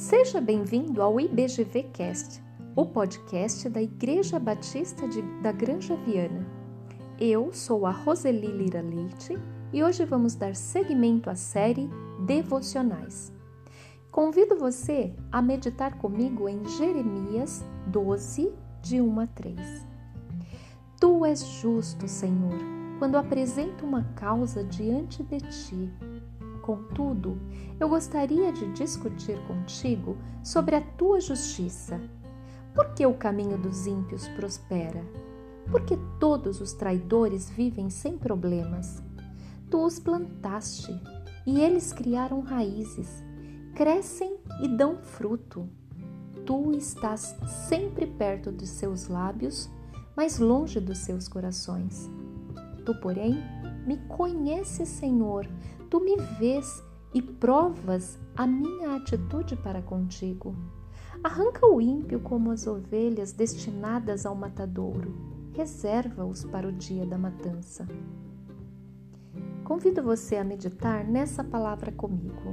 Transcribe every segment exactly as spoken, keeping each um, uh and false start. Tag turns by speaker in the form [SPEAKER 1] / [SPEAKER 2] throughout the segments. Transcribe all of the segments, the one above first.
[SPEAKER 1] Seja bem-vindo ao I B G V Cast, o podcast da Igreja Batista de, da Granja Viana. Eu sou a Roseli Lira Leite e hoje vamos dar seguimento à série Devocionais. Convido você a meditar comigo em Jeremias doze, de um a três. Tu és justo, Senhor, quando apresento uma causa diante de ti. Contudo, eu gostaria de discutir contigo sobre a tua justiça. Por que o caminho dos ímpios prospera? Por que todos os traidores vivem sem problemas? Tu os plantaste, e eles criaram raízes, crescem e dão fruto. Tu estás sempre perto de seus lábios, mas longe dos seus corações. Tu, porém, me conheces, Senhor, tu me vês e provas a minha atitude para contigo. Arranca o ímpio como as ovelhas destinadas ao matadouro. Reserva-os para o dia da matança. Convido você a meditar nessa palavra comigo.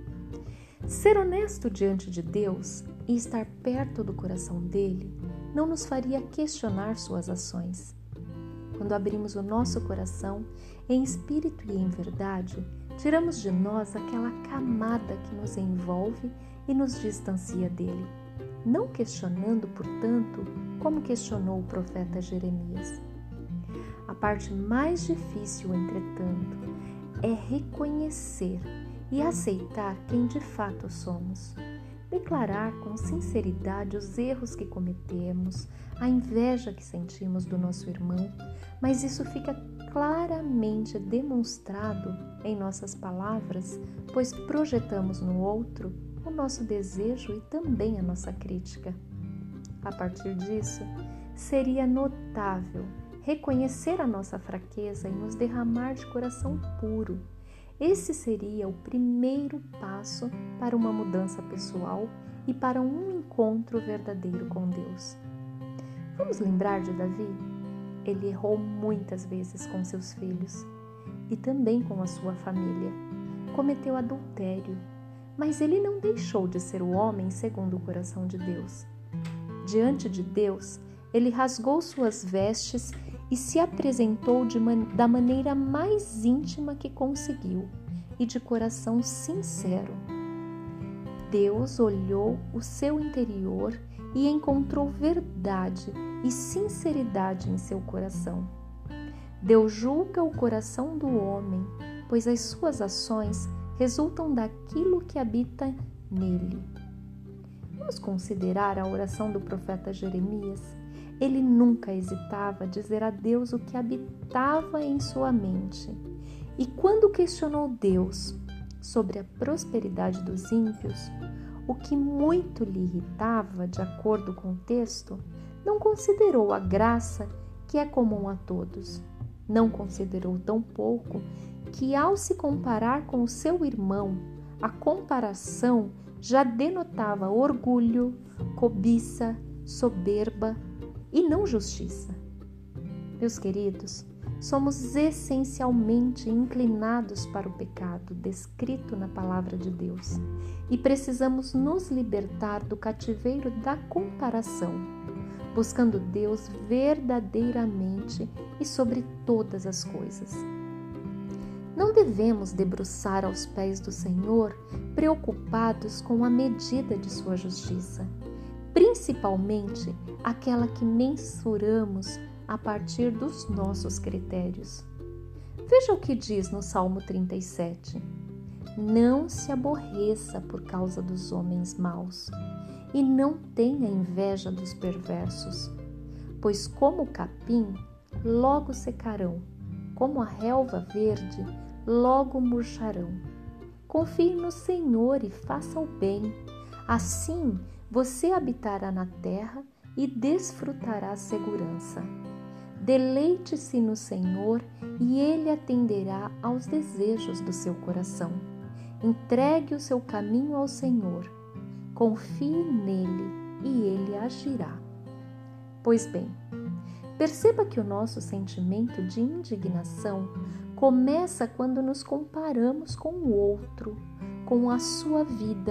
[SPEAKER 1] Ser honesto diante de Deus e estar perto do coração dele não nos faria questionar suas ações. Quando abrimos o nosso coração, em espírito e em verdade, tiramos de nós aquela camada que nos envolve e nos distancia dele, não questionando, portanto, como questionou o profeta Jeremias. A parte mais difícil, entretanto, é reconhecer e aceitar quem de fato somos. Declarar com sinceridade os erros que cometemos, a inveja que sentimos do nosso irmão, mas isso fica claramente demonstrado em nossas palavras, pois projetamos no outro o nosso desejo e também a nossa crítica. A partir disso, seria notável reconhecer a nossa fraqueza e nos derramar de coração puro. Esse seria o primeiro passo para uma mudança pessoal e para um encontro verdadeiro com Deus. Vamos lembrar de Davi? Ele errou muitas vezes com seus filhos e também com a sua família. Cometeu adultério, mas ele não deixou de ser o homem segundo o coração de Deus. Diante de Deus, ele rasgou suas vestes e se apresentou de man- da maneira mais íntima que conseguiu e de coração sincero. Deus olhou o seu interior e encontrou verdade e sinceridade em seu coração. Deus julga o coração do homem, pois as suas ações resultam daquilo que habita nele. Vamos considerar a oração do profeta Jeremias. Ele nunca hesitava a dizer a Deus o que habitava em sua mente. E quando questionou Deus sobre a prosperidade dos ímpios, o que muito lhe irritava, de acordo com o texto, não considerou a graça que é comum a todos. Não considerou tampouco que, ao se comparar com o seu irmão, a comparação já denotava orgulho, cobiça, soberba, e não justiça. Meus queridos, somos essencialmente inclinados para o pecado descrito na palavra de Deus e precisamos nos libertar do cativeiro da comparação, buscando Deus verdadeiramente e sobre todas as coisas. Não devemos debruçar aos pés do Senhor preocupados com a medida de sua justiça, principalmente aquela que mensuramos a partir dos nossos critérios. Veja o que diz no Salmo trinta e sete. Não se aborreça por causa dos homens maus, e não tenha inveja dos perversos, pois como o capim, logo secarão, como a relva verde, logo murcharão. Confie no Senhor e faça o bem, assim você habitará na terra e desfrutará a segurança. Deleite-se no Senhor e Ele atenderá aos desejos do seu coração. Entregue o seu caminho ao Senhor. Confie nele e Ele agirá. Pois bem, perceba que o nosso sentimento de indignação começa quando nos comparamos com o outro, com a sua vida,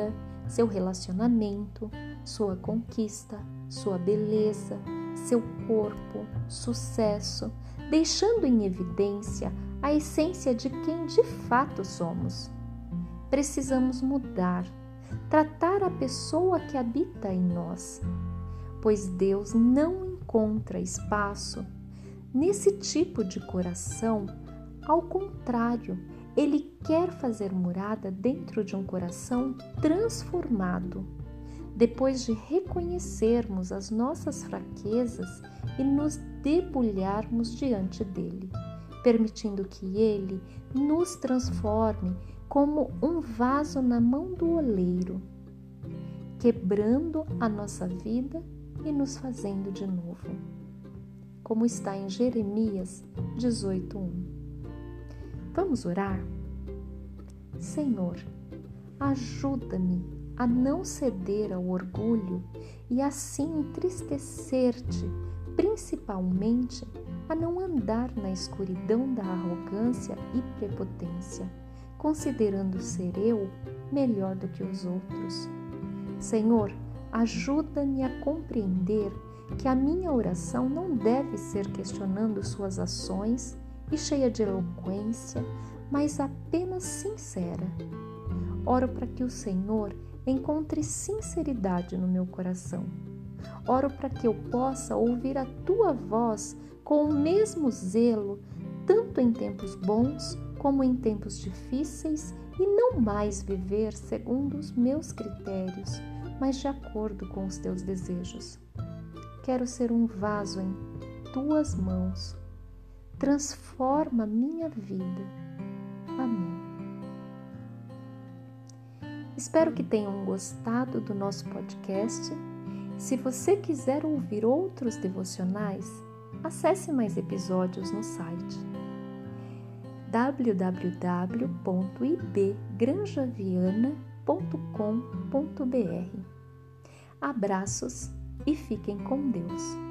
[SPEAKER 1] seu relacionamento, sua conquista, sua beleza, seu corpo, sucesso, deixando em evidência a essência de quem de fato somos. Precisamos mudar, tratar a pessoa que habita em nós, pois Deus não encontra espaço nesse tipo de coração. Ao contrário, Ele quer fazer morada dentro de um coração transformado, depois de reconhecermos as nossas fraquezas e nos debulharmos diante dele, permitindo que ele nos transforme como um vaso na mão do oleiro, quebrando a nossa vida e nos fazendo de novo, como está em Jeremias dezoito, um. Vamos orar? Senhor, ajuda-me a não ceder ao orgulho e assim entristecer-te, principalmente a não andar na escuridão da arrogância e prepotência, considerando ser eu melhor do que os outros. Senhor, ajuda-me a compreender que a minha oração não deve ser questionando suas ações e cheia de eloquência, mas apenas sincera. Oro para que o Senhor encontre sinceridade no meu coração. Oro para que eu possa ouvir a Tua voz com o mesmo zelo, tanto em tempos bons como em tempos difíceis, e não mais viver segundo os meus critérios, mas de acordo com os Teus desejos. Quero ser um vaso em Tuas mãos. Transforma minha vida. Amém. Espero que tenham gostado do nosso podcast. Se você quiser ouvir outros devocionais, acesse mais episódios no site w w w ponto i b granja viana ponto com ponto b r. Abraços e fiquem com Deus.